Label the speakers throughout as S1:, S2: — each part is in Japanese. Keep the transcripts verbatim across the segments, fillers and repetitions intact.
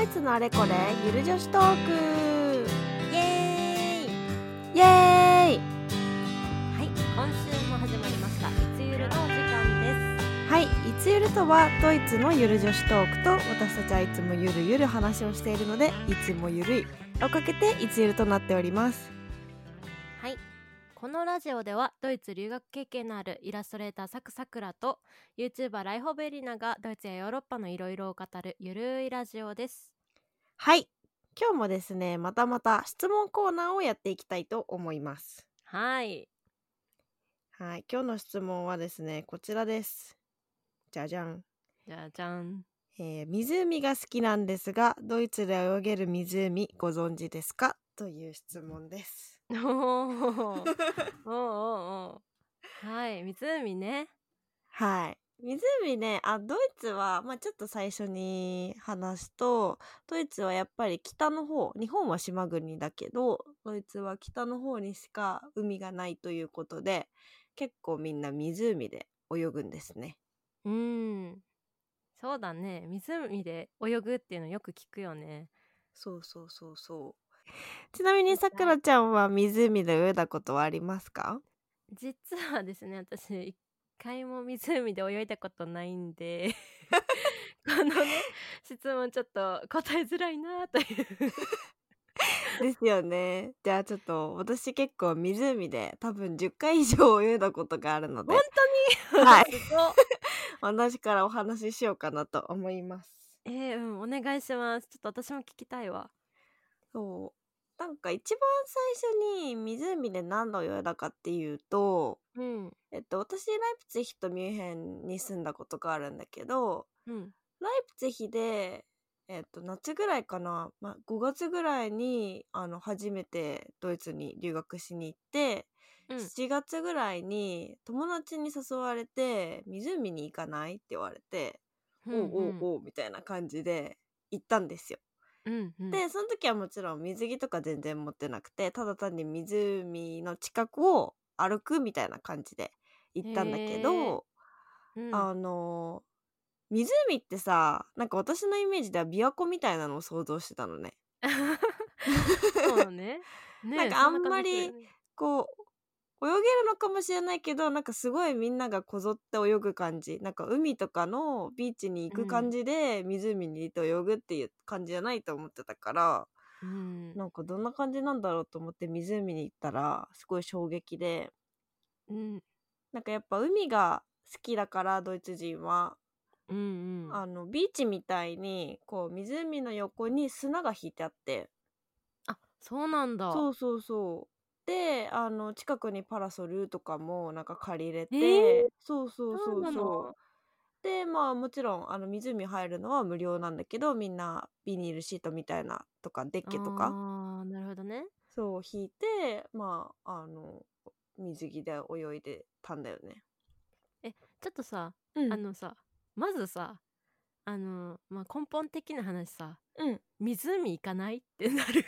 S1: イツのあれこれゆる女子トーク
S2: イエーイ
S1: イエーイ。
S2: はい、今週も始まりましたいつゆるのお時間です。
S1: はい、いつゆるとはドイツのゆる女子トークと、私たちはいつもゆるゆる話をしているので、いつもゆるいをかけていつゆるとなっております。
S2: はい、このラジオではドイツ留学経験のあるイラストレーターサクサクラと YouTuber ライホベリナがドイツやヨーロッパのいろいろを語るゆるいラジオです。
S1: はい、今日もですね、またまた質問コーナーをやっていきたいと思います。
S2: はい
S1: はい、今日の質問はですね、こちらです。じゃじゃん。
S2: じゃじゃん、
S1: えー、湖が好きなんですが、ドイツで泳げる湖ご存知ですかという質問です。
S2: おーおーおーおーはい、湖ね。
S1: はい、湖ね、あ、ドイツは、まあ、ちょっと最初に話すと、ドイツはやっぱり北の方、日本は島国だけど、ドイツは北の方にしか海がないということで、結構みんな湖で泳ぐんですね。
S2: うーん、そうだね、湖で泳ぐっていうのよく聞くよね。
S1: そうそうそうそう。ちなみにさくらちゃんは湖で泳いだことはありますか？
S2: 実はですね、私一回も湖で泳いだことないんでこのね質問ちょっと答えづらいなという
S1: ですよね。じゃあちょっと私結構湖で多分じゅっかい以上泳いだことがあるので、
S2: 本当に
S1: はい
S2: すごっ
S1: 私からお話ししようかなと思います。
S2: えー、うんお願いします。ちょっと私も聞きたいわ。
S1: そうなんか一番最初に湖で何度泳いだかっていうと、
S2: うん
S1: えっと私ライプツィヒとミュンヘンに住んだことがあるんだけど、
S2: うん
S1: ライプツィヒでえっと夏ぐらいかな、まあ、ごがつぐらいにあの初めてドイツに留学しに行って、
S2: うん
S1: しちがつぐらいに友達に誘われて湖に行かないって言われて、
S2: うん
S1: おうおうおうみたいな感じで行ったんですよ。
S2: うんうん
S1: でその時はもちろん水着とか全然持ってなくて、ただ単に湖の近くを歩くみたいな感じで行ったんだけど、
S2: へーうん
S1: あの湖ってさ、なんか私のイメージでは琵琶湖みたいなのを想像してたのね。
S2: そうねね
S1: なんかあん
S2: えそんな感
S1: まり
S2: じするよね。
S1: こう泳げるのかもしれないけど、なんかすごいみんながこぞって泳ぐ感じ、なんか海とかのビーチに行く感じで湖に行って泳ぐっていう感じじゃないと思ってたから、
S2: うん
S1: なんかどんな感じなんだろうと思って湖に行ったらすごい衝撃で、
S2: うん
S1: なんかやっぱ海が好きだからドイツ人は、
S2: うんうん
S1: あのビーチみたいにこう湖の横に砂が引いてあって、
S2: あそうなんだ。
S1: そうそうそう。で、あの近くにパラソルとかもなんか借りれ
S2: えー、
S1: て、そうそう
S2: そうな
S1: そうそ
S2: の。
S1: う。で、まあもちろんあの湖入るのは無料なんだけど、みんなビニールシートみたいなとかデッキとか、
S2: あーなるほどね。
S1: そう引いて、まああの水着で泳いでたんだよね。
S2: えちょっとさ、
S1: うん
S2: あのさまずさあの、まあ、根本的な話さ
S1: うん。
S2: 湖行かないってなる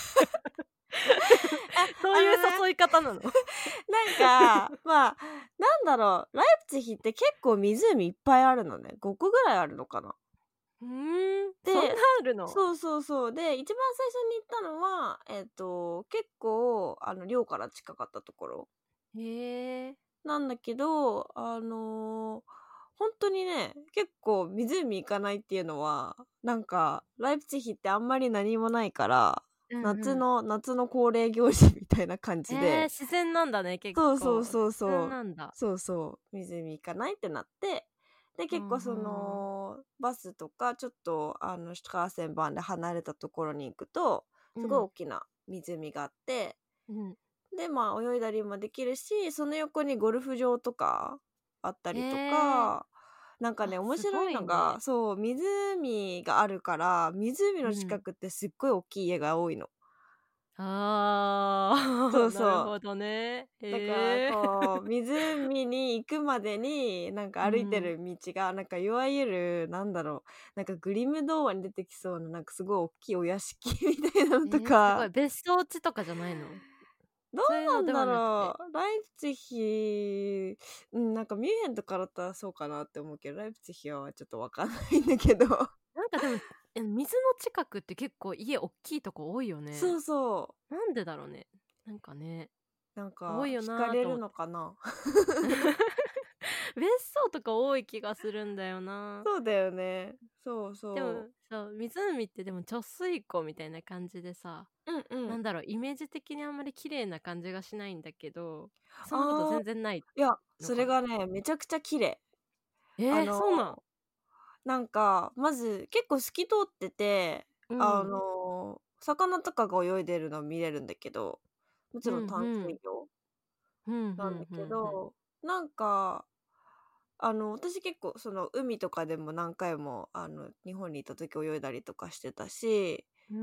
S1: あ、
S2: そういう
S1: あのね、
S2: 誘い方なの
S1: なんかまあなんだろう、ライプツィヒって結構湖いっぱいあるのね。ごこぐらいあるのかな。
S2: うーん
S1: で
S2: そんなあるの。
S1: そうそうそうで、一番最初に行ったのはえっと結構あの寮から近かったところ
S2: へえ
S1: なんだけど、あのー本当にね、結構湖行かないっていうのはなんかライプツィヒってあんまり何もないから、
S2: うんうん
S1: 夏の夏の恒例行事みたいな感じ
S2: えー、
S1: で、
S2: 自然なんだね結構。
S1: そうそうそう
S2: 自
S1: そう
S2: 然なんだ。
S1: そうそう湖行かないってなって、で結構そのバスとかちょっとあのシュトラーセンバンで離れたところに行くとすごい大きな湖があって、
S2: うん
S1: でまあ泳いだりもできるし、その横にゴルフ場とかあったりと
S2: へ
S1: か、なんかね
S2: あ
S1: 面白いの
S2: すごい
S1: が、
S2: ね
S1: そう湖があるから湖の近くってすっごい大きい家が多いの。
S2: あーなる
S1: そうそ
S2: ほどね。
S1: う。だから
S2: へえ
S1: こう湖に行くまでになんか歩いてる道がなんかいわゆるなんだろう、なんかグリム童話に出てきそうななんかすごい大きいお屋敷みたいなの
S2: えー、す
S1: とか、
S2: ごい別荘地とかじゃないの。
S1: ど
S2: そういうので
S1: うなんだ
S2: はなくて。
S1: ろう、ライプツィヒ、うん、なんかミュンヘンとかだったらそうかなって思うけど、ライプツィヒはちょっとわかんないんだけど
S2: なんかでもえ水の近くって結構家大きいとこ多いよね。
S1: そうそ
S2: なんでだろうね。なんかね
S1: う。なんか
S2: 多いよ
S1: 惹かれる
S2: なーと思って。
S1: のかな。
S2: 別荘とか多い気がするんだよな。
S1: そうだよね。そう
S2: でも
S1: そ
S2: そう湖ってでも貯水湖みたいな感じでさ、
S1: う。うんうん。
S2: なんだろうイメージ的にあんまり綺麗な感じがしないんだけど、そんなこと
S1: ああ、
S2: 全然ない
S1: いや、
S2: のかな。
S1: それがね、めちゃくちゃ綺麗。あ
S2: えー、
S1: の、
S2: そうなん。
S1: なんか、まず結構透き通ってて、あ
S2: うん。
S1: の、魚とかが泳いでるの見れるんだけど、もち
S2: うん
S1: ろん淡
S2: うん。
S1: 水魚
S2: うんうん
S1: なんだけ
S2: うんうん。
S1: ど、なんか、あの、私結構その海とかでも何回も、あの、日本にいた時泳いだりとかしてたし、
S2: うん。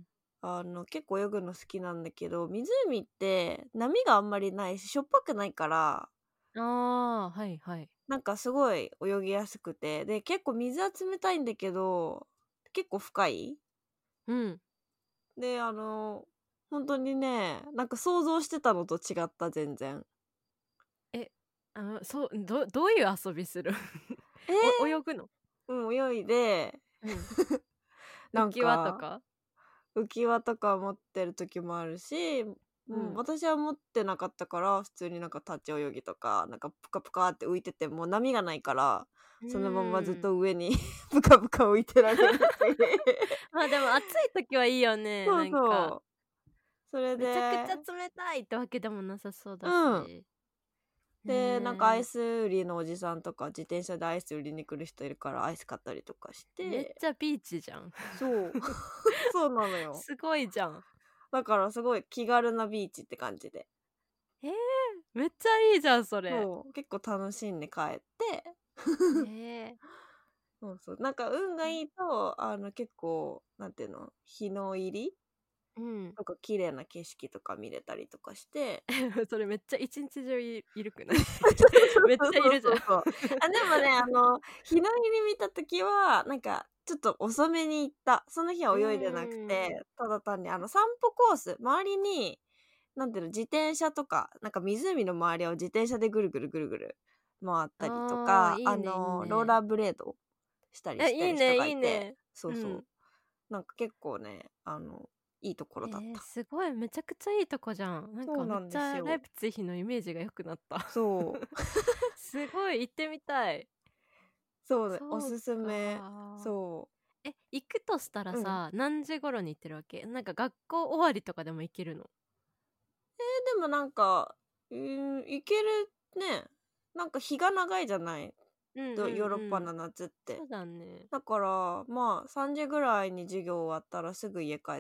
S1: あの、結構泳ぐの好きなんだけど、湖って波があんまりないし、しょっぱくないから、
S2: ああ、はいはい。
S1: なんかすごい泳ぎやすくて、で、結構水は冷たいんだけど、結構深い。
S2: うん。
S1: で、あの、本当にね、なんか想像してたのと違った、全然。
S2: え、あの、そう、どどういう遊びする？
S1: え
S2: お泳ぐの？
S1: ー、うん、泳いで、
S2: うん。
S1: なん
S2: 浮き輪と
S1: か、
S2: か？
S1: 浮き輪とか持ってる時もあるし、うん、
S2: うん。
S1: 私は持ってなかったから、普通になんか立ち泳ぎとか、なんかプカプカって浮いてても波がないから、
S2: う
S1: そのままずっ
S2: ーん。
S1: と上にプカプカ浮いてられるし。
S2: まあ、でも暑い時はいいよね、
S1: そう
S2: なんか。
S1: そう。それ
S2: めちゃくちゃ
S1: で、
S2: 冷たいってわけでもなさそう
S1: う
S2: だ
S1: ん。
S2: し。へ
S1: で、なんかアイ
S2: え。
S1: ス売りのおじさんとか、自転車でアイス売りに来る人いるから、アイス買ったりとかし
S2: めっ
S1: て、
S2: ちゃビーチじゃん。
S1: そう。そうなのよ。
S2: すごいじゃん。
S1: だからすごい気軽なビーチって感じで。
S2: ええ、めっちゃいいじゃん、それ。
S1: そう、結構楽しんで帰って、
S2: ええ。
S1: そうそう。なんか運がいいと、あの結構、なんていうの、日の入り
S2: うん。
S1: とか綺麗な景色とか見れたりとかして。
S2: それめっちゃ一日中いいるくない？
S1: そう
S2: めっ
S1: そうそう
S2: ちゃいるじゃん。
S1: そうそう。あ、でもね、あの、日の入り見た時は、なんか、ちょっと遅めに行った。その日は
S2: う
S1: 泳いでなく
S2: ーん。
S1: て、ただ単にあの散歩コース、周りに、なんていうの、自転車とか、なんか湖の周りを自転車でぐるぐるぐるぐる回ったりと
S2: ああ、
S1: か、
S2: いいねいい
S1: あの、ロー
S2: ね。
S1: ラーブレードしたり
S2: え、
S1: してる人
S2: いいね
S1: がいて、
S2: いいね。
S1: そうそう。
S2: うん。
S1: なんか結構ね、あの、いいところだっ
S2: えー、
S1: た。
S2: すごい、めちゃくちゃいいとこじゃん。なんかめっ
S1: そうなん
S2: ちゃライ
S1: ですよ。
S2: プツィヒのイメージが良くなった。
S1: そう。
S2: すごい行ってみたい。
S1: そうね、お
S2: そう
S1: すすめ。
S2: か。
S1: そ
S2: え、行くとしたら
S1: う。うん。
S2: さ、何時頃に行ってるわけ？なんか学校終わりとかでも行けるの？
S1: えーでもなんか、うーん、いけるね。なんか日が長いじゃない。
S2: うんうん
S1: とヨーロッパ
S2: うん。
S1: の夏って。
S2: そうだね。
S1: だから、まあ、さんじぐらいに授業終わったらすぐ家帰って、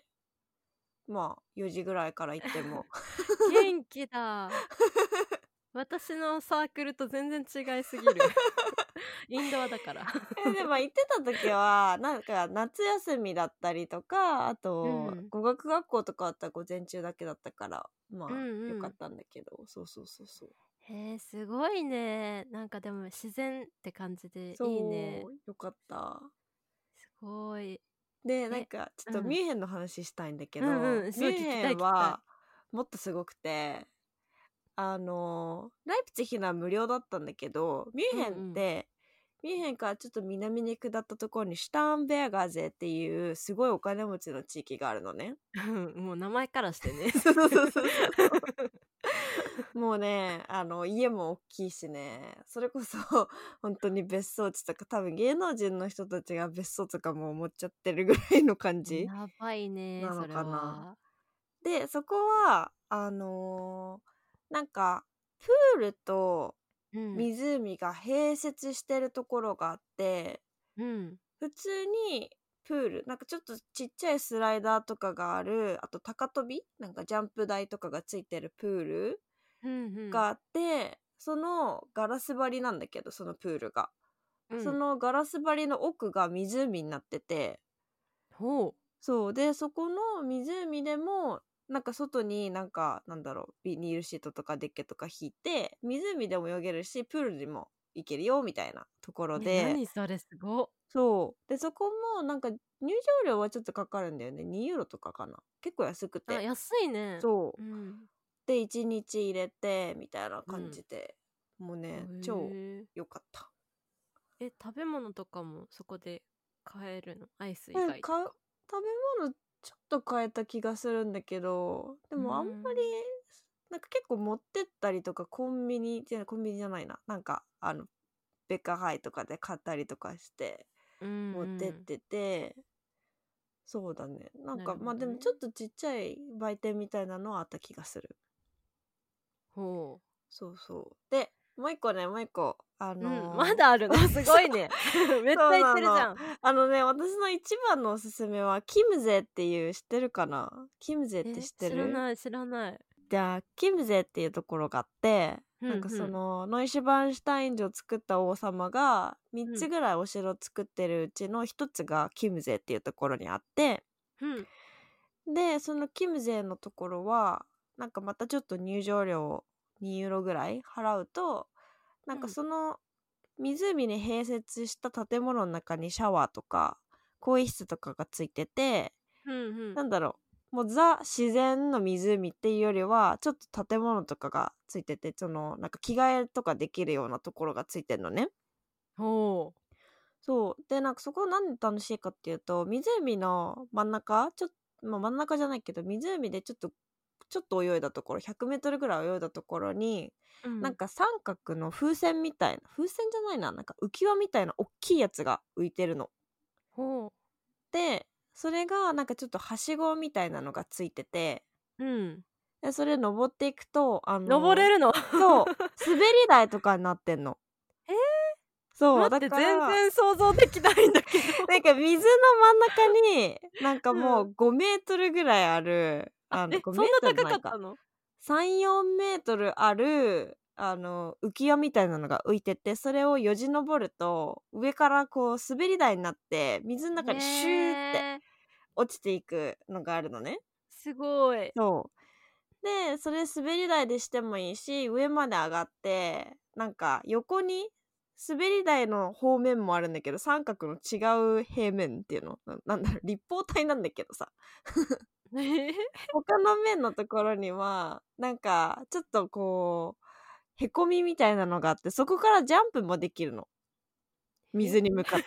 S1: まあ、よじぐらいから行っても。
S2: 元気だ。私のサークルと全然違いすぎる。インドアだから。
S1: え、でも行ってた時は、なんか夏休みだったりとか、あと、
S2: うん。
S1: 語学学校とかあったら午前中だけだったから、
S2: うん
S1: まあ、よ
S2: うん。
S1: かったんだけど、そうそうそうそう。
S2: へえ、すごいね。なんかでも自然って感じでいいね。
S1: そう、よかった。
S2: すごい。
S1: で、なん
S2: え、
S1: かちょっ
S2: うん。
S1: とミュンヘンの話したいんだけ
S2: うん
S1: ど、
S2: うん、そう聞き
S1: ミュンヘ
S2: たい聞きたい。
S1: ンはもっとすごくて、あの、ライプツィヒのは無料だったんだけど、ミュンヘンっ
S2: うんうん。
S1: て、ミュンヘンからちょっと南に下ったところにシュターンベアガーゼっていうすごいお金持ちの地域があるのね。
S2: うんもう名前からしてね。
S1: そうそうそうそうそう。もうね、あの、家も大きいしね、それこそ本当に別荘地とか、多分芸能人の人たちが別荘とかも持っちゃってるぐらいの感じ
S2: やばいね、
S1: なの
S2: それ
S1: かな。
S2: は。
S1: で、そこは、あのーなんか、プールと
S2: うん。
S1: 湖が併設してるところがあって、
S2: うん。
S1: 普通にプール、なんかちょっとちっちゃいスライダーとかがある、あと高跳びなんかジャンプ台とかがついてるプール
S2: うんうん。
S1: があって、そのガラス張りなんだけど、そのプールが。そ
S2: うん。
S1: のガラス張りの奥が湖になってて、
S2: ほう。
S1: そう。で、そこの湖でも、なんか外になんか、なんだろう、ビニールシートとかデッケとか引いて、湖でも泳げるし、プールでも行けるよ、みたいなところ
S2: え、
S1: で、
S2: 何それすご。
S1: そう。で、そこもなんか入場料はちょっとかかるんだよね。にユーロとかかな。結構安く
S2: あ、
S1: て。
S2: 安いね。
S1: そう。
S2: うん。
S1: で、いちにち入れて、みたいな
S2: うん。
S1: 感じで、もう
S2: へ
S1: ね、超
S2: え。
S1: 良かった。
S2: え、食べ物とかもそこで買えるのアイス以
S1: うん、
S2: 外と
S1: か
S2: か。
S1: 食べ物ちょっと変えた気がするんだけど、でもあんまり、なんか結構持ってったりとか、コンビニじゃコンビニじゃないな、なんかあのベカハイとかで買ったりとかして
S2: うん
S1: 持ってっ
S2: うん
S1: てて、そうだね。なんか、
S2: なるほどね
S1: まあでもちょっとちっちゃい売店みたいなのはあった気がする。
S2: ほ
S1: そうそう。で、もう一個ね、もう一個。あ
S2: う、うん
S1: のー
S2: まだあるのすごいねめっちゃ言ってるじゃん。
S1: あのね、私の一番のおすすめは、キムゼっていう、知ってるかな？キムゼって
S2: え
S1: 知ってる？
S2: 知らない知らない。
S1: じゃあ、キムゼっていうところがあって、
S2: うん
S1: なんかそ
S2: うん
S1: の、ノイシュバンシュタイン城を作った王様が、みっつ
S2: うん
S1: ぐらいお城を作ってるうちのひとつがキムゼっていうところにあって、
S2: うん
S1: で、そのキムゼのところは、なんかまたちょっと入場料にユーロぐらい払うと、なんかその湖に併設した建物の中にシャワーとか更衣室とかがついてて、
S2: うんうん
S1: なんだろう、もうザ自然の湖っていうよりは、ちょっと建物とかがついてて、そのなんか着替えとかできるようなところがついてるのね。
S2: ほう
S1: そう。で、なんかそこなんで楽しいかっていうと、湖の真ん中、ちょっと、まあ、真ん中じゃないけど、湖でちょっと、ちょっと泳いだところ、ひゃくメートルぐらい泳いだところに、
S2: うん
S1: なんか三角の風船みたいな、風船じゃないな、なんか浮き輪みたいな大きいやつが浮いてるの。
S2: ほ
S1: で、それがなんかちょっとはしごみたいなのがついてて、
S2: ううん
S1: でそれ登っていくと、あの
S2: 登れるの
S1: そう、滑り台とかになってんの。
S2: えー
S1: そう、
S2: 待って
S1: だから
S2: 全然想像できないんだけど
S1: なんか水の真ん中に、なんかも
S2: う
S1: うごメートルぐらいある、あの、
S2: え
S1: 5
S2: そんな
S1: メートル
S2: 高
S1: ないか。
S2: かったの
S1: さん、よんメートルある、あの、浮き輪みたいなのが浮いてて、それをよじ登ると、上からこう滑り台になって、水の中にシューって
S2: へー
S1: 落ちていくのがあるのね。
S2: すごい
S1: そう。で、それ滑り台でしてもいいし、上まで上がって、なんか横に、滑り台の方面もあるんだけど、三角の違う平面っていうのななんだろう、立方体なんだけどさ。
S2: えー
S1: 他の面のところには、なんか、ちょっとこう、へこみみたいなのがあって、そこからジャンプもできるの。水に向かって。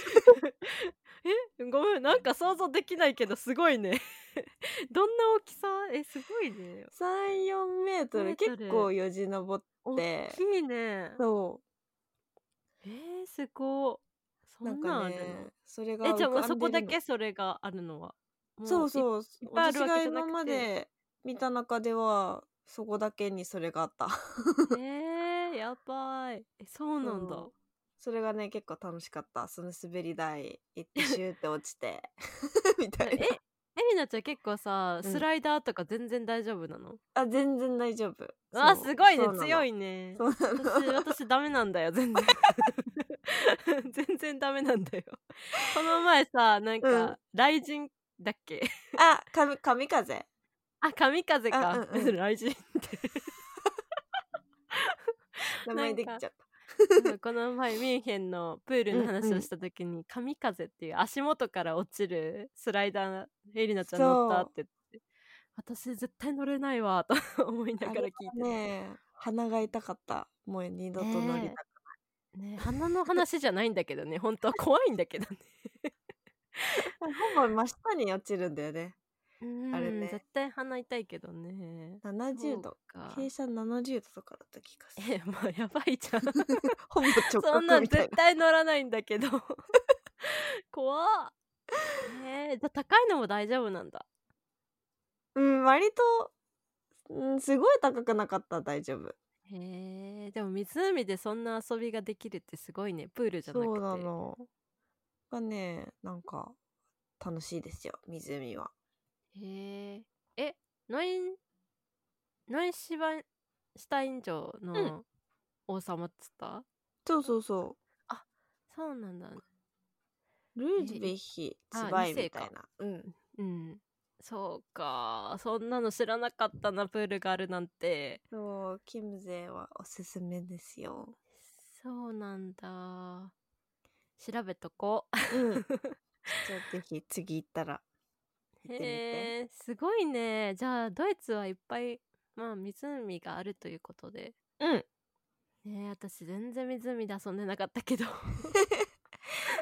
S2: えごめんなんか想像できないけどすごいねどんな大きさえすごいね
S1: さん、よんメートル、
S2: メートル
S1: 結構よじ登っ
S2: 大
S1: て、
S2: きいね
S1: そ
S2: えー、すごそ
S1: う、なん
S2: ん
S1: か
S2: なんあるの
S1: ね、それが
S2: えじゃあもう
S1: 浮か
S2: そこだ
S1: んでるの。
S2: けそれがあるのはもうい
S1: そうそう、
S2: いっぱいある
S1: 私
S2: わけじゃな
S1: が今ま
S2: くて
S1: で見た中では、そこだけにそれがあった。
S2: えー、やばいえそうなんだ
S1: そうそれがね、結構楽しかった。その滑り台行ってシューって落ちて、みたいな。
S2: ええりなちゃん結構さ
S1: うん
S2: スライダーとか全然大丈夫なの、
S1: あ、全然大丈夫。
S2: あ
S1: そう
S2: すごいね
S1: そうなの
S2: 強いね
S1: そうなの
S2: 私私ダメなんだよ全然全然ダメなんだよこの前さなんか、
S1: うん
S2: 雷神だっけ
S1: あ、神、神風。
S2: あ神風か、
S1: うんうんうん
S2: 雷神って
S1: 名前できちゃった。
S2: そうこの前ミュンヘンのプールの話
S1: うんうん
S2: をした時に神風っていう足元から落ちるスライダーエリナちゃん乗ったって言って私絶対乗れないわと思いながら聞いて
S1: あれはね、鼻が痛かった。もう二度と乗りたく
S2: ねえ鼻の話じゃないんだけどね本当は怖いんだけどね
S1: ない。ほぼ真下に落ちるんだよね。
S2: うん
S1: あれね
S2: 絶対鼻痛いけどね
S1: ななじゅうど。
S2: そうか
S1: 傾斜ななじゅうどとかだった気がする。
S2: えもうやばいじゃん
S1: ほぼ直
S2: そんなん
S1: 角みたいな。
S2: 絶対乗らないんだけど怖っえー、じゃあ高いのも大丈夫なんだ
S1: うん、割と、うん、すごい高くなかったら大丈夫。
S2: へえでも湖でそんな遊びができるってすごいねプールじゃなくて
S1: そうなの。がね、なんか、楽しいですよ、湖は。
S2: へええノインノイシュバンシュタイン城
S1: うん
S2: の王様っつった、
S1: そうそうそ
S2: そうなんだ
S1: う。ルーズベッヒ、
S2: あ
S1: ツバイ
S2: 二世か
S1: みたいな。うん。
S2: うんそうかそんなの知らなかったなプールがあるなんて
S1: そう、キムゼはおすすめですよ。
S2: そうなんだ調べとこ
S1: うん。じゃあぜひ次行ったら行ってみて。
S2: へえすごいねじゃあドイツはいっぱいまあ湖があるということで
S1: うん。
S2: ねえ私全然湖で遊んでなかったけど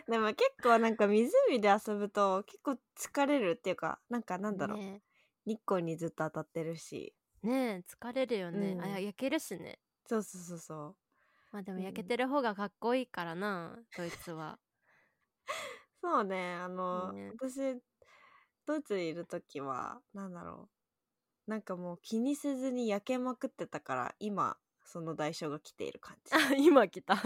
S1: でも結構なんか湖で遊ぶと結構疲れるっていうか、なんかなんだろう、
S2: ね
S1: 日光にずっと当たってるし。
S2: えねえ疲れるよね、
S1: うん
S2: あや焼けるしね。
S1: そうそうそうそ
S2: まあでも
S1: う、う
S2: 焼け
S1: ん、
S2: てる方がかっこいいからなドイツは。
S1: そうね、あの、
S2: ね
S1: 私、ドイツにいる時は、なんだろう、なんかもう気にせずに焼けまくってたから、今、その代償が来ている感じ。
S2: あ今来た。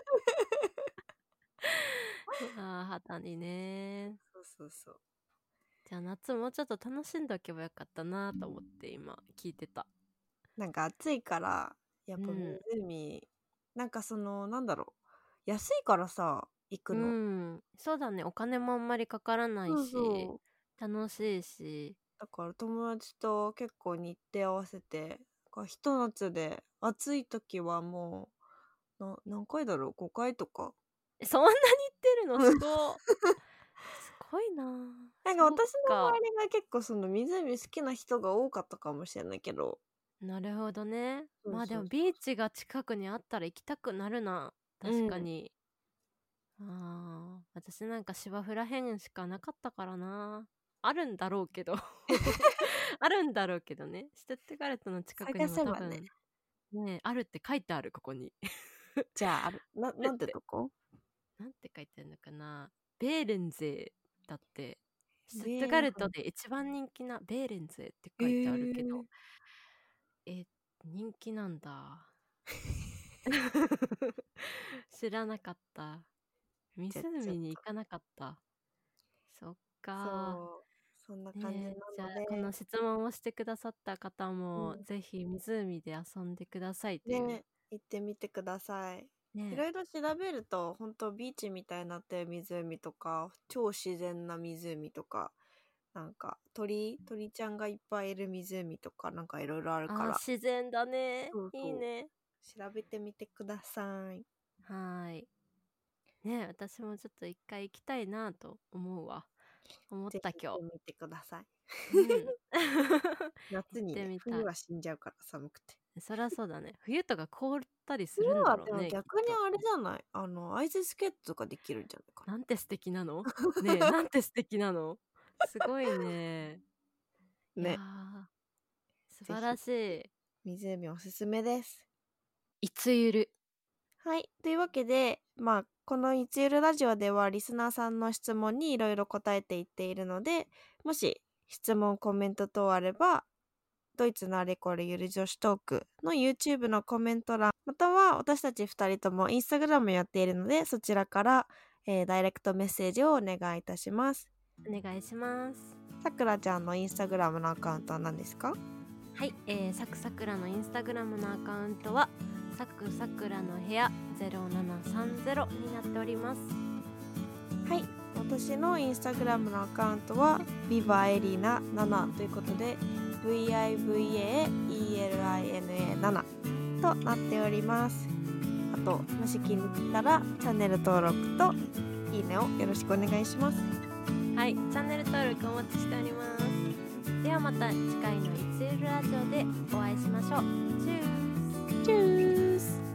S2: あー肌にね。
S1: そうそうそう。
S2: じゃあ夏もうちょっと楽しんどけばよかったなと思って今聞いてた。
S1: なんか暑いから、やっぱ
S2: うん
S1: 湖、なんかその、なんだろう、安いからさ、行く
S2: う
S1: の。
S2: んそうだね、お金もあんまりかからない
S1: そう
S2: し
S1: そう。
S2: 楽しいし。
S1: だから友達と結構日程合わせて、かひと夏で暑い時はもうな何回だろうごかいとか。
S2: えそんなに行ってるのすごすごいな。そう
S1: なんか私の
S2: か。
S1: 周りが結構その湖好きな人が多かったかもしれないけど。
S2: なるほどね。まあで
S1: そうそうそう
S2: もビーチが近くにあったら行きたくなるな。確か
S1: うん
S2: に。ああ、私なんか芝生らへんしかなかったからな。あるんだろうけど。あるんだろうけどね。シュトゥットガルトの近くに
S1: 探
S2: も多分
S1: せばね。
S2: ね、あるって書いてあるここに。
S1: じゃあ、あるな、なんてとこ
S2: なんて書いてあるのかな。ベーレンゼーだって。シュトゥット
S1: ベーレン
S2: ガルトで一番人気なベーレンゼーって
S1: え
S2: 書いてあるけど、
S1: ー、
S2: え、人気なんだ。知らなかった。
S1: じゃあちょっ
S2: 湖に行かなかった。そっ
S1: と、
S2: か。
S1: そう、そんな感じな
S2: ねえ、じゃあ
S1: ので、
S2: この質問をしてくださった方も、
S1: うん
S2: ぜひ湖で遊んでくださいっていう。
S1: ね、行ってみてください。い
S2: ね
S1: ろいろ調べると、本当ビーチみたいになってる湖とか、超自然な湖とか、なんか鳥、鳥ちゃんがいっぱいいる湖とか、なんかいろいろある
S2: あー
S1: から、
S2: 自然だね。
S1: そうそう、
S2: いいね。
S1: 調べてみてください。
S2: はーい。ねえ、私もちょっと一回行きたいなと思うわ。思っ
S1: ぜ
S2: た今
S1: ひ行ってみてください。
S2: 日。うん。行っ
S1: 夏にね、
S2: てみたい。
S1: 冬は死んじゃうから寒くて。
S2: そりゃそうだね。冬とか凍ったりす
S1: 冬
S2: るんだ
S1: はでも
S2: ろうね、きっと。
S1: 逆にあれじゃない、あの、アイススケートとかできるんじゃないか
S2: なんて素敵なのねえ、なんて素敵なのすごいね。い
S1: な。
S2: や
S1: ね。
S2: ー、素
S1: ぜひ、
S2: 晴らしい。
S1: 湖おすすめです。
S2: いつゆる。
S1: はい。というわけで、まあ、このいつゆるラジオではリスナーさんの質問にいろいろ答えていっているので、もし質問、コメント等あれば、ドイツのあれこれゆる女子トークの YouTube のコメント欄、または私たちふたりともインスタグラムやっているので、そちらから、えーダイレクトメッセージをお願いいたします。
S2: お願いします。
S1: さくらちゃんのインスタグラムのアカウントは何ですか？
S2: はい、えー、さくさくらのインスタグラムのアカウントはさくさくらの部屋ゼロななさんゼロになっております。
S1: はい。私のインスタグラムのアカウントは ビバエリナなな ということで ブイアイブイエーエルアイエヌエーなな となっております。あと、もし気に入ったらチャンネル登録といいねをよろしくお願いします。
S2: はい、チャンネル登録お待ちしております。ではまた次回のいつゆるラジオでお会いしましょう。チュース
S1: チュース